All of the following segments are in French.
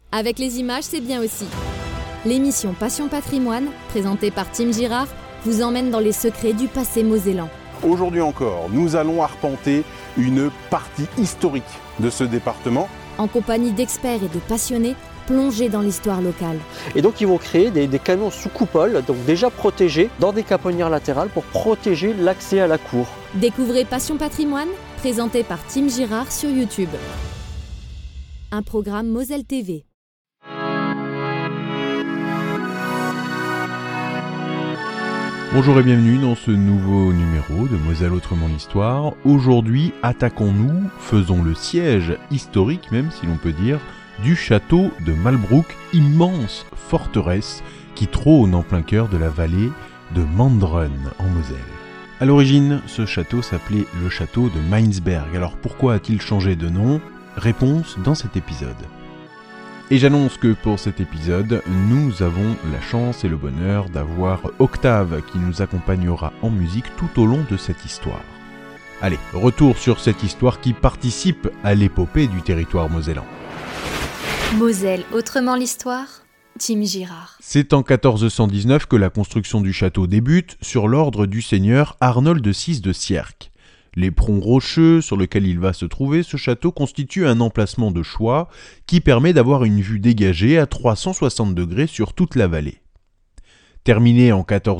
Avec les images, c'est bien aussi. L'émission Passion Patrimoine, présentée par Tim Girard, vous emmène dans les secrets du passé mosellan. Aujourd'hui encore, nous allons arpenter une partie historique de ce département. En compagnie d'experts et de passionnés, plongés dans l'histoire locale. Et donc ils vont créer des canons sous coupole, donc déjà protégés, dans des caponnières latérales pour protéger l'accès à la cour. Découvrez Passion Patrimoine, présenté par Tim Girard sur YouTube. Un programme Moselle TV. Bonjour et bienvenue dans ce nouveau numéro de Moselle Autrement l'Histoire. Aujourd'hui, attaquons-nous, faisons le siège historique même si l'on peut dire, du château de Malbrouck, immense forteresse qui trône en plein cœur de la vallée de Mandren en Moselle. À l'origine, ce château s'appelait le château de Mainsberg. Alors pourquoi a-t-il changé de nom ? Réponse dans cet épisode. Et j'annonce que pour cet épisode, nous avons la chance et le bonheur d'avoir Octave qui nous accompagnera en musique tout au long de cette histoire. Allez, retour sur cette histoire qui participe à l'épopée du territoire mosellan. Moselle Autrement l'Histoire, Tim Girard. C'est en 1419 que la construction du château débute sur l'ordre du seigneur Arnold VI de Sierck. L'éperon rocheux sur lequel il va se trouver, ce château constitue un emplacement de choix qui permet d'avoir une vue dégagée à 360 degrés sur toute la vallée. Terminé en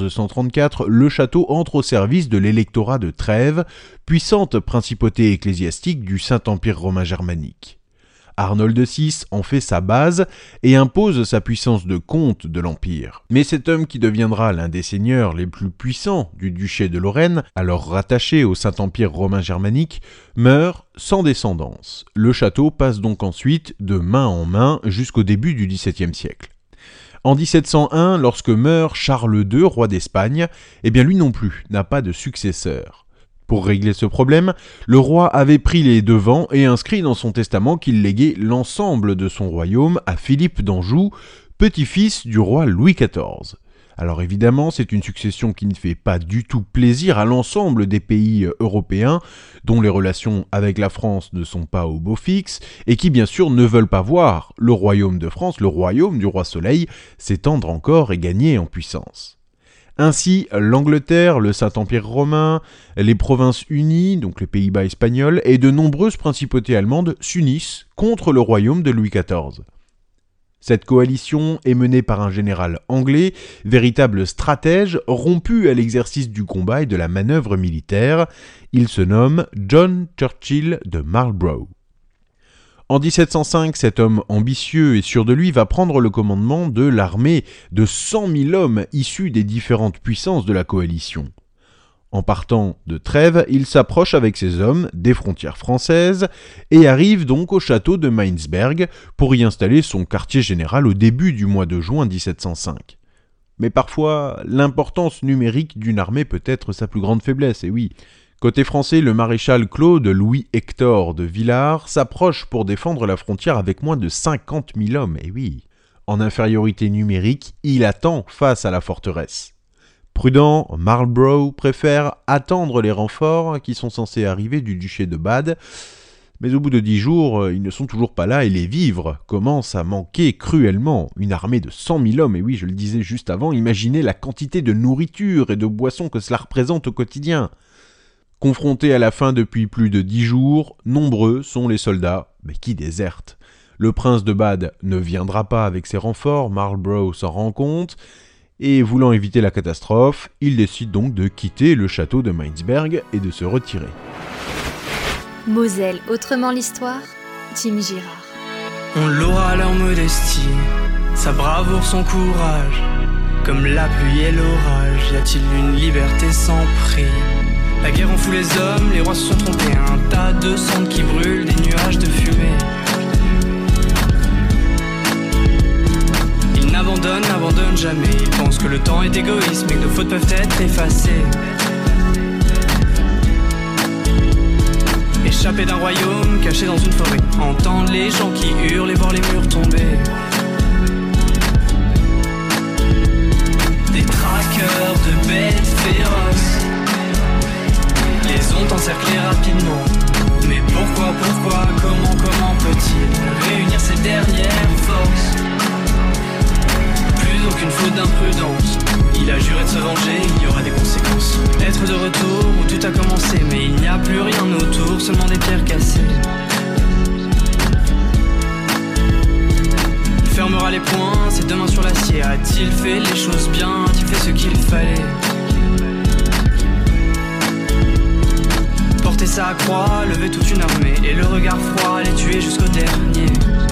1434, le château entre au service de l'électorat de Trèves, puissante principauté ecclésiastique du Saint-Empire romain germanique. Arnold VI en fait sa base et impose sa puissance de comte de l'Empire. Mais cet homme qui deviendra l'un des seigneurs les plus puissants du duché de Lorraine, alors rattaché au Saint-Empire romain germanique, meurt sans descendance. Le château passe donc ensuite de main en main jusqu'au début du XVIIe siècle. En 1701, lorsque meurt Charles II, roi d'Espagne, lui non plus n'a pas de successeur. Pour régler ce problème, le roi avait pris les devants et inscrit dans son testament qu'il léguait l'ensemble de son royaume à Philippe d'Anjou, petit-fils du roi Louis XIV. Alors évidemment, c'est une succession qui ne fait pas du tout plaisir à l'ensemble des pays européens, dont les relations avec la France ne sont pas au beau fixe, et qui bien sûr ne veulent pas voir le royaume de France, le royaume du roi Soleil, s'étendre encore et gagner en puissance. Ainsi, l'Angleterre, le Saint-Empire romain, les Provinces-Unies, donc les Pays-Bas espagnols, et de nombreuses principautés allemandes s'unissent contre le royaume de Louis XIV. Cette coalition est menée par un général anglais, véritable stratège, rompu à l'exercice du combat et de la manœuvre militaire. Il se nomme John Churchill de Marlborough. En 1705, cet homme ambitieux et sûr de lui va prendre le commandement de l'armée de 100 000 hommes issus des différentes puissances de la coalition. En partant de Trèves, il s'approche avec ses hommes des frontières françaises et arrive donc au château de Mainsberg pour y installer son quartier général au début du mois de juin 1705. Mais parfois, l'importance numérique d'une armée peut être sa plus grande faiblesse, et oui. Côté français, le maréchal Claude Louis-Hector de Villars s'approche pour défendre la frontière avec moins de 50 000 hommes, et oui. En infériorité numérique, il attend face à la forteresse. Prudent, Marlborough préfère attendre les renforts qui sont censés arriver du duché de Bade, mais au bout de 10 jours, ils ne sont toujours pas là et les vivres commencent à manquer cruellement. Une armée de 100 000 hommes, et oui, je le disais juste avant, imaginez la quantité de nourriture et de boissons que cela représente au quotidien. Confrontés à la faim depuis plus de 10 jours, nombreux sont les soldats, qui désertent. Le prince de Bade ne viendra pas avec ses renforts, Marlborough s'en rend compte, et voulant éviter la catastrophe, il décide donc de quitter le château de Mainsberg et de se retirer. Moselle Autrement l'Histoire, Tim Girard. On louera leur modestie, sa bravoure, son courage. Comme la pluie et l'orage, y a-t-il une liberté sans prix ? La guerre en fout les hommes, les rois se sont trompés. Un tas de cendres qui brûlent, des nuages de fumée. Ils n'abandonnent jamais. Ils pensent que le temps est égoïste, mais que nos fautes peuvent être effacées. Échappés d'un royaume, cachés dans une forêt. Entendre les gens qui hurlent et voir les murs tomber. Des traqueurs de bêtes féroces les ont encerclés rapidement. Mais pourquoi, comment peut-il réunir ces dernières forces? fera les points, ses deux mains sur l'acier. A-t-il fait les choses bien? A-t-il fait ce qu'il fallait? Porter sa croix, lever toute une armée, et le regard froid, les tuer jusqu'au dernier.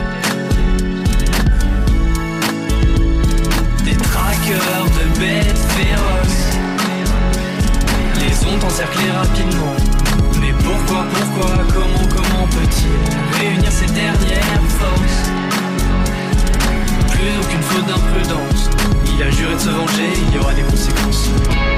Des traqueurs de bêtes féroces les ont encerclés rapidement. Mais pourquoi, comment peut-il réunir ses dernières forces? Plus aucune faute d'imprudence, il a juré de se venger, il y aura des conséquences.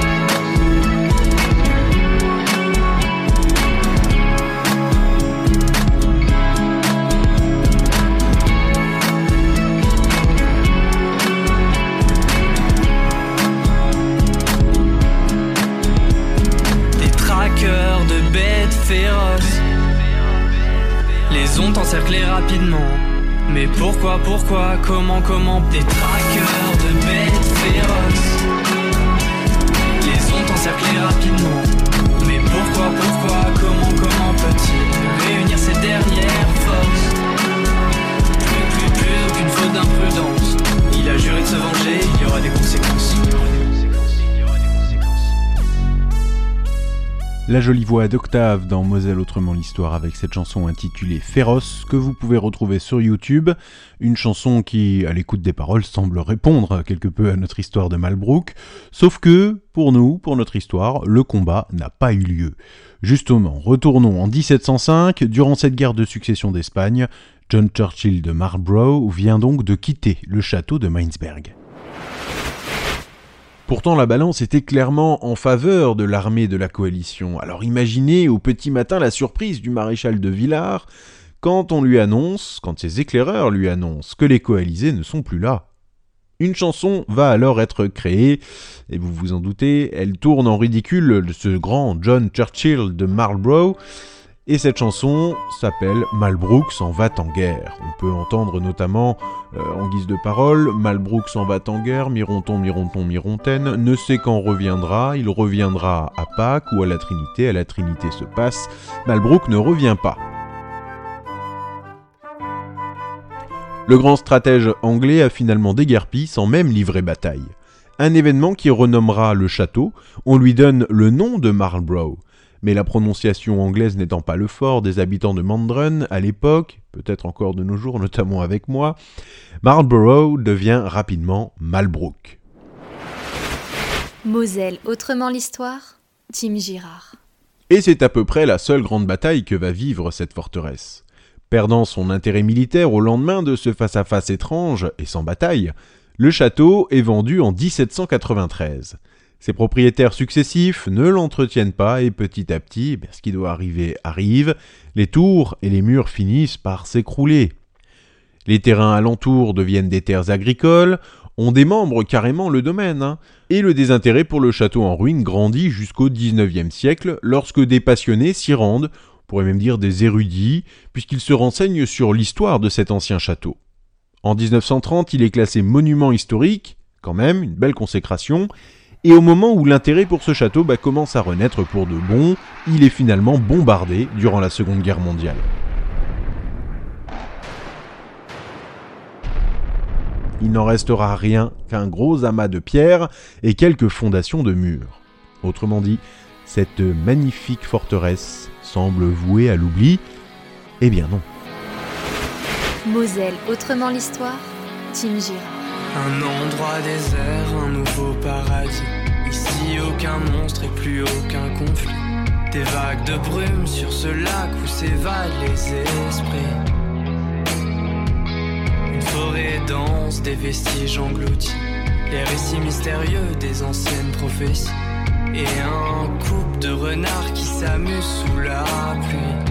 De bêtes féroces les ont encerclés rapidement. Mais pourquoi, comment des traqueurs de bêtes féroces les ont encerclés rapidement. Mais pourquoi, comment peut-il réunir ses dernières forces? Plus aucune faute d'imprudence, il a juré de se venger, il y aura des conséquences. La jolie voix d'Octave dans Moselle autrement l'histoire avec cette chanson intitulée Féroce que vous pouvez retrouver sur YouTube. Une chanson qui, à l'écoute des paroles, semble répondre quelque peu à notre histoire de Malbrook. Sauf que, pour nous, pour notre histoire, le combat n'a pas eu lieu. Justement, retournons en 1705. Durant cette guerre de succession d'Espagne, John Churchill de Marlborough vient donc de quitter le château de Mainsberg. Pourtant, la balance était clairement en faveur de l'armée de la coalition. Alors imaginez au petit matin la surprise du maréchal de Villars quand ses éclaireurs lui annoncent que les coalisés ne sont plus là. Une chanson va alors être créée, et vous vous en doutez, elle tourne en ridicule ce grand John Churchill de Marlborough, et cette chanson s'appelle « Malbrook s'en va en guerre ». On peut entendre notamment, en guise de parole, « Malbrook s'en va en guerre, Mironton, Mirontaine, ne sait quand reviendra, il reviendra à Pâques ou à la Trinité se passe, Malbrook ne revient pas ». Le grand stratège anglais a finalement déguerpi sans même livrer bataille. Un événement qui renommera le château, on lui donne le nom de Marlborough. Mais la prononciation anglaise n'étant pas le fort des habitants de Mandron à l'époque, peut-être encore de nos jours, notamment avec moi, Marlborough devient rapidement Malbrook. Moselle, autrement l'histoire, Tim Girard. Et c'est à peu près la seule grande bataille que va vivre cette forteresse. Perdant son intérêt militaire au lendemain de ce face-à-face étrange et sans bataille, le château est vendu en 1793. Ses propriétaires successifs ne l'entretiennent pas et petit à petit, ce qui doit arriver arrive, les tours et les murs finissent par s'écrouler. Les terrains alentours deviennent des terres agricoles, on démembre carrément le domaine, et le désintérêt pour le château en ruine grandit jusqu'au XIXe siècle lorsque des passionnés s'y rendent, on pourrait même dire des érudits, puisqu'ils se renseignent sur l'histoire de cet ancien château. En 1930, il est classé monument historique, quand même, une belle consécration, et au moment où l'intérêt pour ce château commence à renaître pour de bon, il est finalement bombardé durant la Seconde Guerre mondiale. Il n'en restera rien qu'un gros amas de pierres et quelques fondations de murs. Autrement dit, cette magnifique forteresse semble vouée à l'oubli. Eh bien non. Moselle, autrement l'histoire, Tim Girard. Un endroit désert, un nouveau paradis. Ici aucun monstre et plus aucun conflit. Des vagues de brume sur ce lac où s'évadent les esprits. Une forêt dense, des vestiges engloutis. Les récits mystérieux des anciennes prophéties. Et un couple de renards qui s'amusent sous la pluie.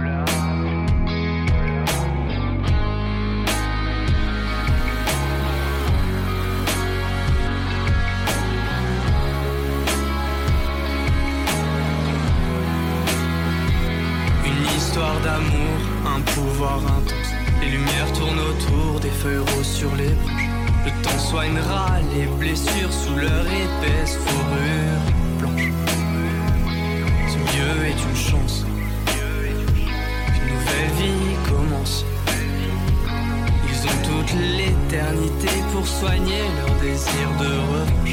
D'amour, un pouvoir intense. Les lumières tournent autour des feuilles roses sur les branches. Le temps soignera les blessures sous leur épaisse fourrure blanche. Ce lieu est une chance. Une nouvelle vie commence. Ils ont toute toute l'éternité pour soigner leur désir de revanche.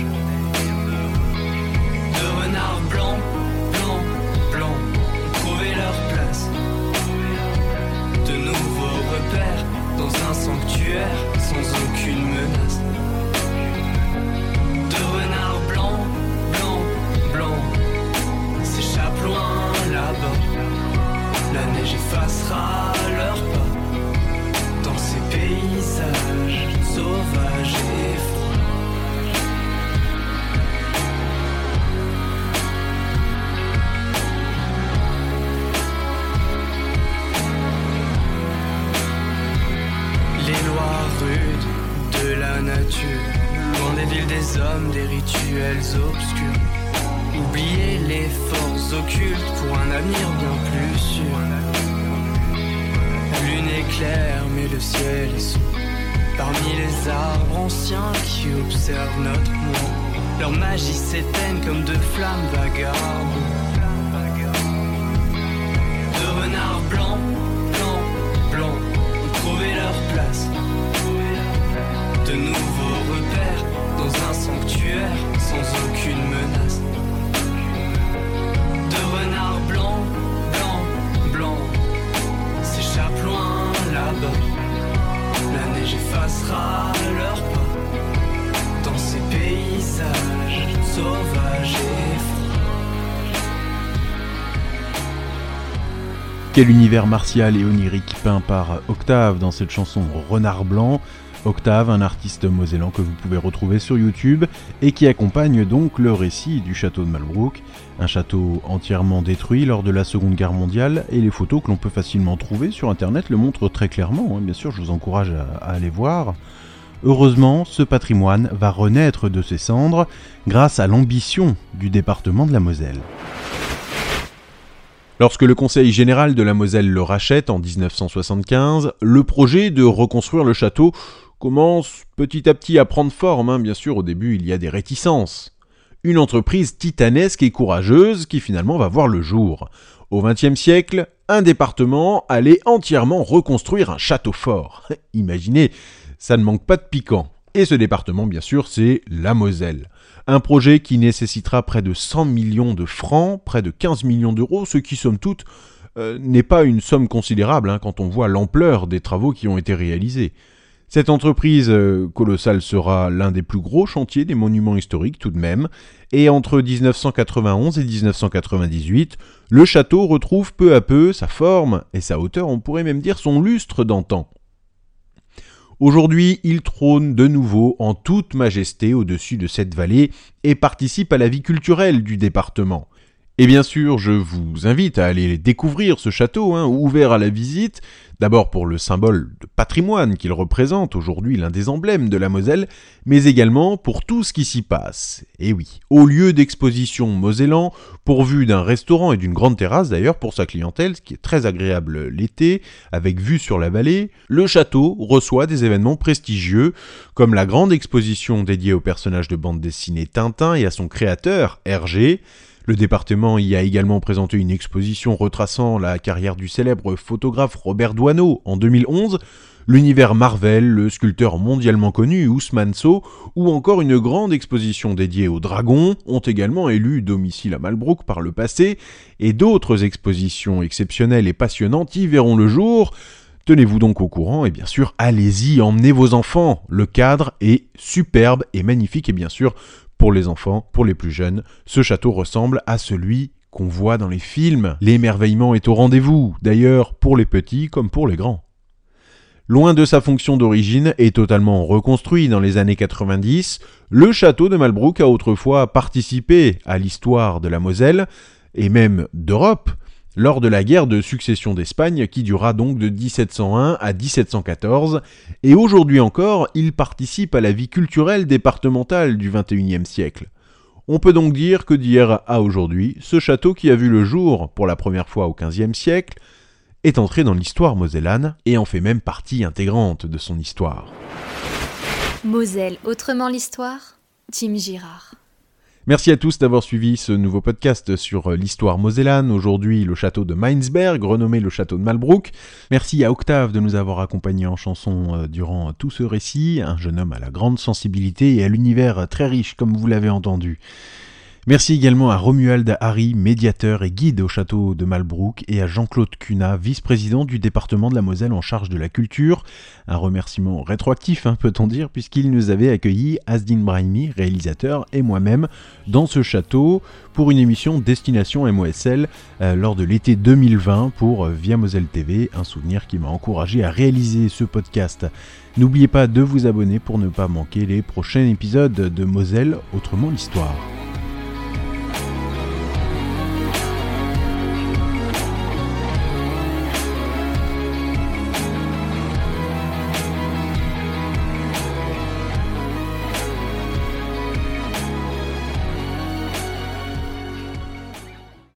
De renards blancs, blancs, blancs, ont trouvé leur place. De nouveaux repères dans un sanctuaire sans aucune menace. De renards blancs, blancs, blancs, s'échappent loin là-bas. La neige effacera leurs pas dans ces paysages sauvages et froids. Les lois rudes de la nature, loin des villes, des hommes, des rituels obscurs. Oublier les forces occultes pour un avenir bien plus sûr. La lune est claire mais le ciel est sombre. Parmi les arbres anciens qui observent notre monde, leur magie s'éteigne comme de flammes vagardes. De renards blancs, blancs, blancs, ont trouvé leur place. De nouveaux repères dans un sanctuaire sans aucune menace. De renards blancs, blancs, blancs, s'échappent loin là-bas. La neige effacera leurs pas dans ces paysages sauvages et froids. Quel univers martial et onirique peint par Octave dans cette chanson Renard Blanc. Octave, un artiste mosellan que vous pouvez retrouver sur YouTube et qui accompagne donc le récit du château de Malbrouck, un château entièrement détruit lors de la Seconde Guerre mondiale, et les photos que l'on peut facilement trouver sur internet le montrent très clairement, bien sûr je vous encourage à aller voir. Heureusement, ce patrimoine va renaître de ses cendres grâce à l'ambition du département de la Moselle. Lorsque le Conseil général de la Moselle le rachète en 1975, le projet de reconstruire le château commence petit à petit à prendre forme. Bien sûr, au début, il y a des réticences. Une entreprise titanesque et courageuse qui finalement va voir le jour. Au XXe siècle, un département allait entièrement reconstruire un château fort. Imaginez, ça ne manque pas de piquant. Et ce département, bien sûr, c'est la Moselle. Un projet qui nécessitera près de 100 millions de francs, près de 15 millions d'euros, ce qui, somme toute, n'est pas une somme considérable quand on voit l'ampleur des travaux qui ont été réalisés. Cette entreprise colossale sera l'un des plus gros chantiers des monuments historiques tout de même, et entre 1991 et 1998, le château retrouve peu à peu sa forme et sa hauteur, on pourrait même dire son lustre d'antan. Aujourd'hui, il trône de nouveau en toute majesté au-dessus de cette vallée et participe à la vie culturelle du département. Et bien sûr, je vous invite à aller découvrir ce château, ouvert à la visite, d'abord pour le symbole de patrimoine qu'il représente, aujourd'hui l'un des emblèmes de la Moselle, mais également pour tout ce qui s'y passe. Et oui, au lieu d'exposition mosellan, pourvu d'un restaurant et d'une grande terrasse d'ailleurs pour sa clientèle, ce qui est très agréable l'été, avec vue sur la vallée, le château reçoit des événements prestigieux, comme la grande exposition dédiée au personnage de bande dessinée Tintin et à son créateur, Hergé. Le département y a également présenté une exposition retraçant la carrière du célèbre photographe Robert Doisneau en 2011, l'univers Marvel, le sculpteur mondialement connu Ousmane Sow, ou encore une grande exposition dédiée aux dragons, ont également élu domicile à Malbrouck par le passé, et d'autres expositions exceptionnelles et passionnantes y verront le jour. Tenez-vous donc au courant et bien sûr, allez-y, emmenez vos enfants. Le cadre est superbe et magnifique et bien sûr, pour les enfants, pour les plus jeunes, ce château ressemble à celui qu'on voit dans les films. L'émerveillement est au rendez-vous, d'ailleurs pour les petits comme pour les grands. Loin de sa fonction d'origine et totalement reconstruit dans les années 90, le château de Malbrouck a autrefois participé à l'histoire de la Moselle et même d'Europe, lors de la guerre de succession d'Espagne qui dura donc de 1701 à 1714, et aujourd'hui encore, il participe à la vie culturelle départementale du XXIe siècle. On peut donc dire que d'hier à aujourd'hui, ce château qui a vu le jour pour la première fois au XVe siècle, est entré dans l'histoire mosellane et en fait même partie intégrante de son histoire. Moselle, autrement l'histoire, Tim Girard. Merci à tous d'avoir suivi ce nouveau podcast sur l'histoire mosellane. Aujourd'hui, le château de Mainsberg, renommé le château de Malbrouck. Merci à Octave de nous avoir accompagnés en chanson durant tout ce récit. Un jeune homme à la grande sensibilité et à l'univers très riche, comme vous l'avez entendu. Merci également à Romuald Harry, médiateur et guide au château de Malbrouck, et à Jean-Claude Cunat, vice-président du département de la Moselle en charge de la culture. Un remerciement rétroactif, peut-on dire, puisqu'il nous avait accueillis, Asdin Brahimi, réalisateur, et moi-même, dans ce château, pour une émission Destination MOSL lors de l'été 2020 pour Via Moselle TV, un souvenir qui m'a encouragé à réaliser ce podcast. N'oubliez pas de vous abonner pour ne pas manquer les prochains épisodes de Moselle, autrement l'histoire.